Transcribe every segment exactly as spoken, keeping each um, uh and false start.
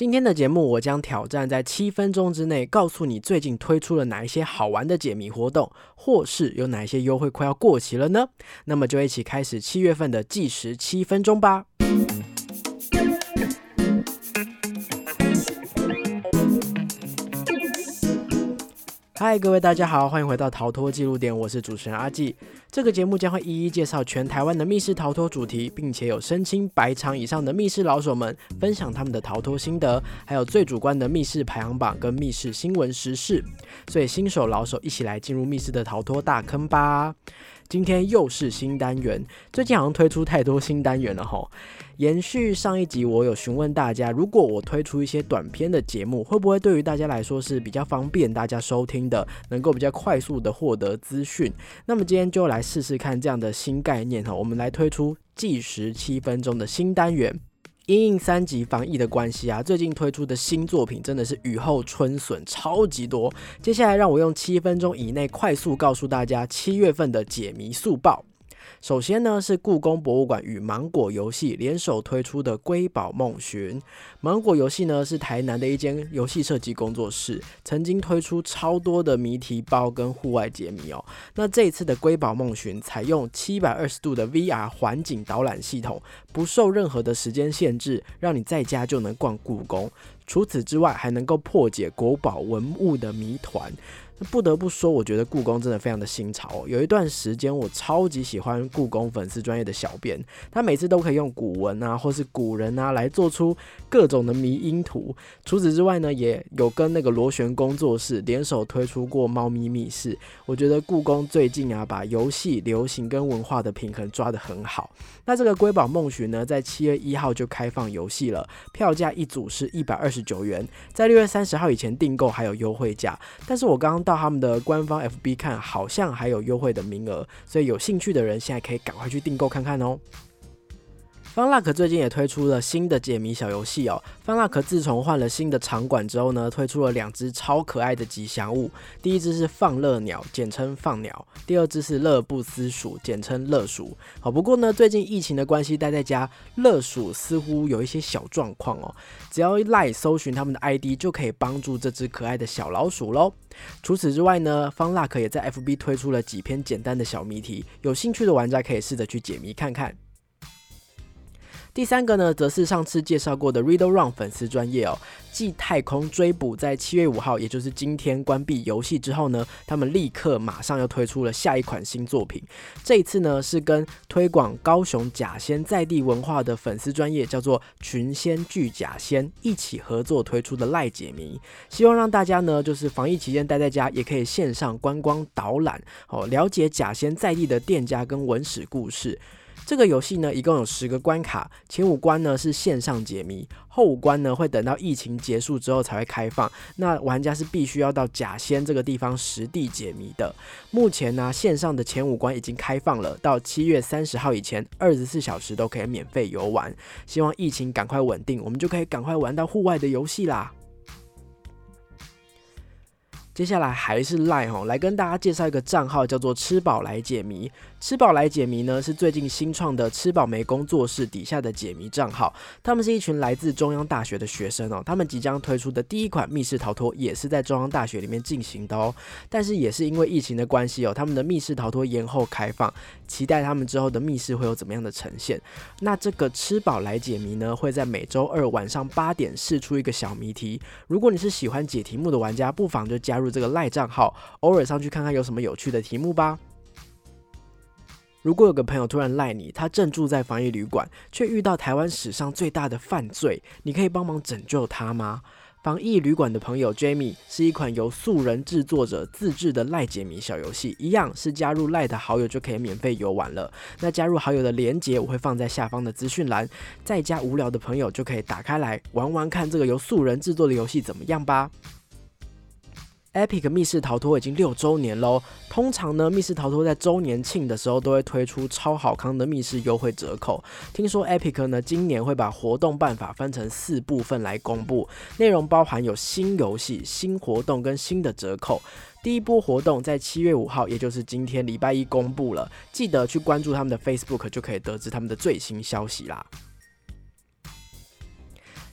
今天的节目我将挑战在七分钟之内告诉你最近推出了哪一些好玩的解谜活动，或是有哪一些优惠快要过期了呢？那么就一起开始七月份的计时七分钟吧。嗨，各位大家好，欢迎回到逃脱记录点，我是主持人阿纪。这个节目将会一一介绍全台湾的密室逃脱主题，并且有身经百场以上的密室老手们分享他们的逃脱心得，还有最主观的密室排行榜跟密室新闻时事。所以新手老手一起来进入密室的逃脱大坑吧。今天又是新单元，最近好像推出太多新单元了齁。延续上一集，我有询问大家，如果我推出一些短篇的节目，会不会对于大家来说是比较方便大家收听的，能够比较快速的获得资讯？那么今天就来试试看这样的新概念，我们来推出计时七分钟的新单元。因应三级防疫的关系啊，最近推出的新作品真的是雨后春笋，超级多。接下来让我用七分钟以内快速告诉大家七月份的解谜速报。首先呢，是故宫博物馆与芒果游戏联手推出的瑰宝梦寻。芒果游戏呢是台南的一间游戏设计工作室，曾经推出超多的谜题包跟户外解谜哦。那这一次的瑰宝梦寻采用七百二十度的 V R 环景导览系统，不受任何的时间限制，让你在家就能逛故宫。除此之外，还能够破解国宝文物的谜团。不得不说，我觉得故宫真的非常的新潮哦。有一段时间，我超级喜欢故宫粉丝专页的小编，他每次都可以用古文啊，或是古人啊，来做出各种的迷因图。除此之外呢，也有跟那个螺旋工作室联手推出过猫咪密室。我觉得故宫最近啊，把游戏、流行跟文化的平衡抓得很好。那这个瑰宝梦寻呢，在七月一号就开放游戏了，票价一组是一百二十九元，在六月三十号以前订购还有优惠价。但是我刚刚到他们的官方 F B 看，好像还有优惠的名额，所以有兴趣的人现在可以赶快去订购看看哦。Funlock 最近也推出了新的解谜小游戏哦。Funlock 自从换了新的场馆之后呢，推出了两只超可爱的吉祥物。第一只是放乐鸟，简称放鸟；第二只是乐不思鼠，简称乐鼠。好，不过呢，最近疫情的关系，待在家，乐鼠似乎有一些小状况哦。只要 LINE 搜寻他们的 I D， 就可以帮助这只可爱的小老鼠咯。除此之外呢 ，Funlock 也在 F B 推出了几篇简单的小谜题，有兴趣的玩家可以试着去解谜看看。第三个呢，则是上次介绍过的 Riddle Run 粉丝专页哦。继太空追捕在七月五号，也就是今天关闭游戏之后呢，他们立刻马上又推出了下一款新作品。这一次呢，是跟推广高雄甲仙在地文化的粉丝专页叫做群仙聚甲仙一起合作推出的赖解谜，希望让大家呢，就是防疫期间待在家，也可以线上观光导览哦，了解甲仙在地的店家跟文史故事。这个游戏呢，一共有十个关卡，前五关呢是线上解谜，后五关呢会等到疫情结束之后才会开放。那玩家是必须要到甲仙这个地方实地解谜的。目前呢，线上的前五关已经开放了，到七月三十号以前，二十四小时都可以免费游玩。希望疫情赶快稳定，我们就可以赶快玩到户外的游戏啦。接下来还是 LINE 来跟大家介绍一个账号，叫做吃饱来解谜。吃饱来解谜呢，是最近新创的吃饱没工作室底下的解谜账号。他们是一群来自中央大学的学生哦，他们即将推出的第一款密室逃脱也是在中央大学里面进行的哦。但是也是因为疫情的关系哦，他们的密室逃脱延后开放，期待他们之后的密室会有怎么样的呈现。那这个吃饱来解谜呢，会在每周二晚上八点释出一个小谜题。如果你是喜欢解题目的玩家，不妨就加入入这个赖账号，偶尔上去看看有什么有趣的题目吧。如果有个朋友突然赖你，他正住在防疫旅馆，却遇到台湾史上最大的犯罪，你可以帮忙拯救他吗？防疫旅馆的朋友 Jamie 是一款由素人制作者自制的赖解谜小游戏，一样是加入赖的好友就可以免费游玩了。那加入好友的连结我会放在下方的资讯栏，在家无聊的朋友就可以打开来玩玩看这个由素人制作的游戏怎么样吧。Epic 密室逃脱已经六周年咯，通常呢，密室逃脱在周年庆的时候都会推出超好康的密室优惠折扣。听说 Epic 呢今年会把活动办法分成四部分来公布，内容包含有新游戏、新活动跟新的折扣。第一波活动在七月五号，也就是今天礼拜一公布了，记得去关注他们的 Facebook 就可以得知他们的最新消息啦。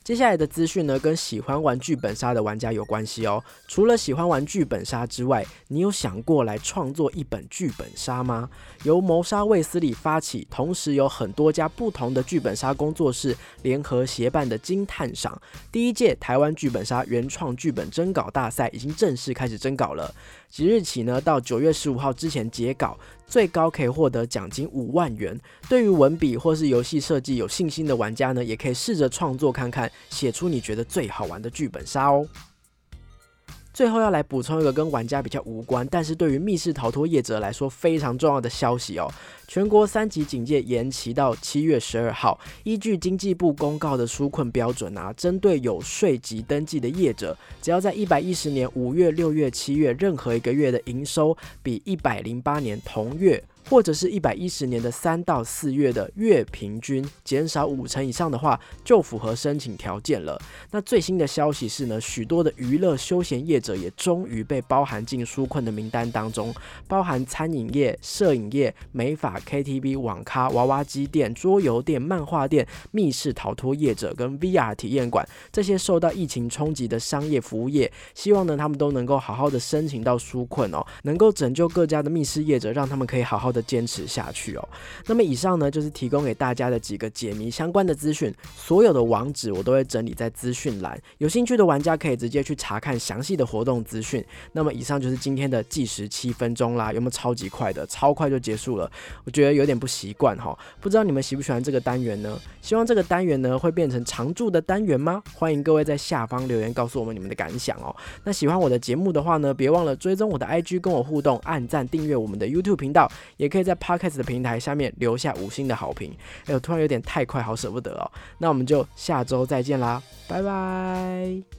接下来的资讯呢，跟喜欢玩剧本杀的玩家有关系哦。除了喜欢玩剧本杀之外，你有想过来创作一本剧本杀吗？由谋杀卫斯理发起，同时有很多家不同的剧本杀工作室联合协办的金探赏第一届台湾剧本杀原创剧本征稿大赛已经正式开始征稿了。即日起呢，到九月十五号之前截稿，最高可以获得奖金五万元。对于文笔或是游戏设计有信心的玩家呢，也可以试着创作看看，写出你觉得最好玩的剧本杀哦。最后要来补充一个跟玩家比较无关，但是对于密室逃脱业者来说非常重要的消息哦。全国三级警戒延期到七月十二号，依据经济部公告的纾困标准啊，针对有税籍登记的业者，只要在一百一十年五月、六月、七月任何一个月的营收比一百零八年同月，或者是一百一十年的三到四月的月平均减少五成以上的话，就符合申请条件了。那最新的消息是呢，许多的娱乐休闲业者也终于被包含进纾困的名单当中，包含餐饮业、摄影业、美发、K T V、网咖、娃娃机店、桌游店、漫画店、密室逃脱业者跟 V R 体验馆这些受到疫情冲击的商业服务业，希望呢他们都能够好好的申请到纾困哦，能够拯救各家的密室业者，让他们可以好好的坚持下去哦。那么以上呢就是提供给大家的几个解谜相关的资讯，所有的网址我都会整理在资讯栏，有兴趣的玩家可以直接去查看详细的活动资讯。那么以上就是今天的计时七分钟啦，有没有超级快的？超快就结束了，我觉得有点不习惯哈。不知道你们喜不喜欢这个单元呢？希望这个单元呢会变成常驻的单元吗？欢迎各位在下方留言告诉我们你们的感想哦。那喜欢我的节目的话呢，别忘了追踪我的 I G 跟我互动，按赞订阅我们的 YouTube 频道，也可以在 Podcast 的平台下面留下五星的好评。哎呦，突然有点太快，好舍不得哦。那我们就下周再见啦，拜拜。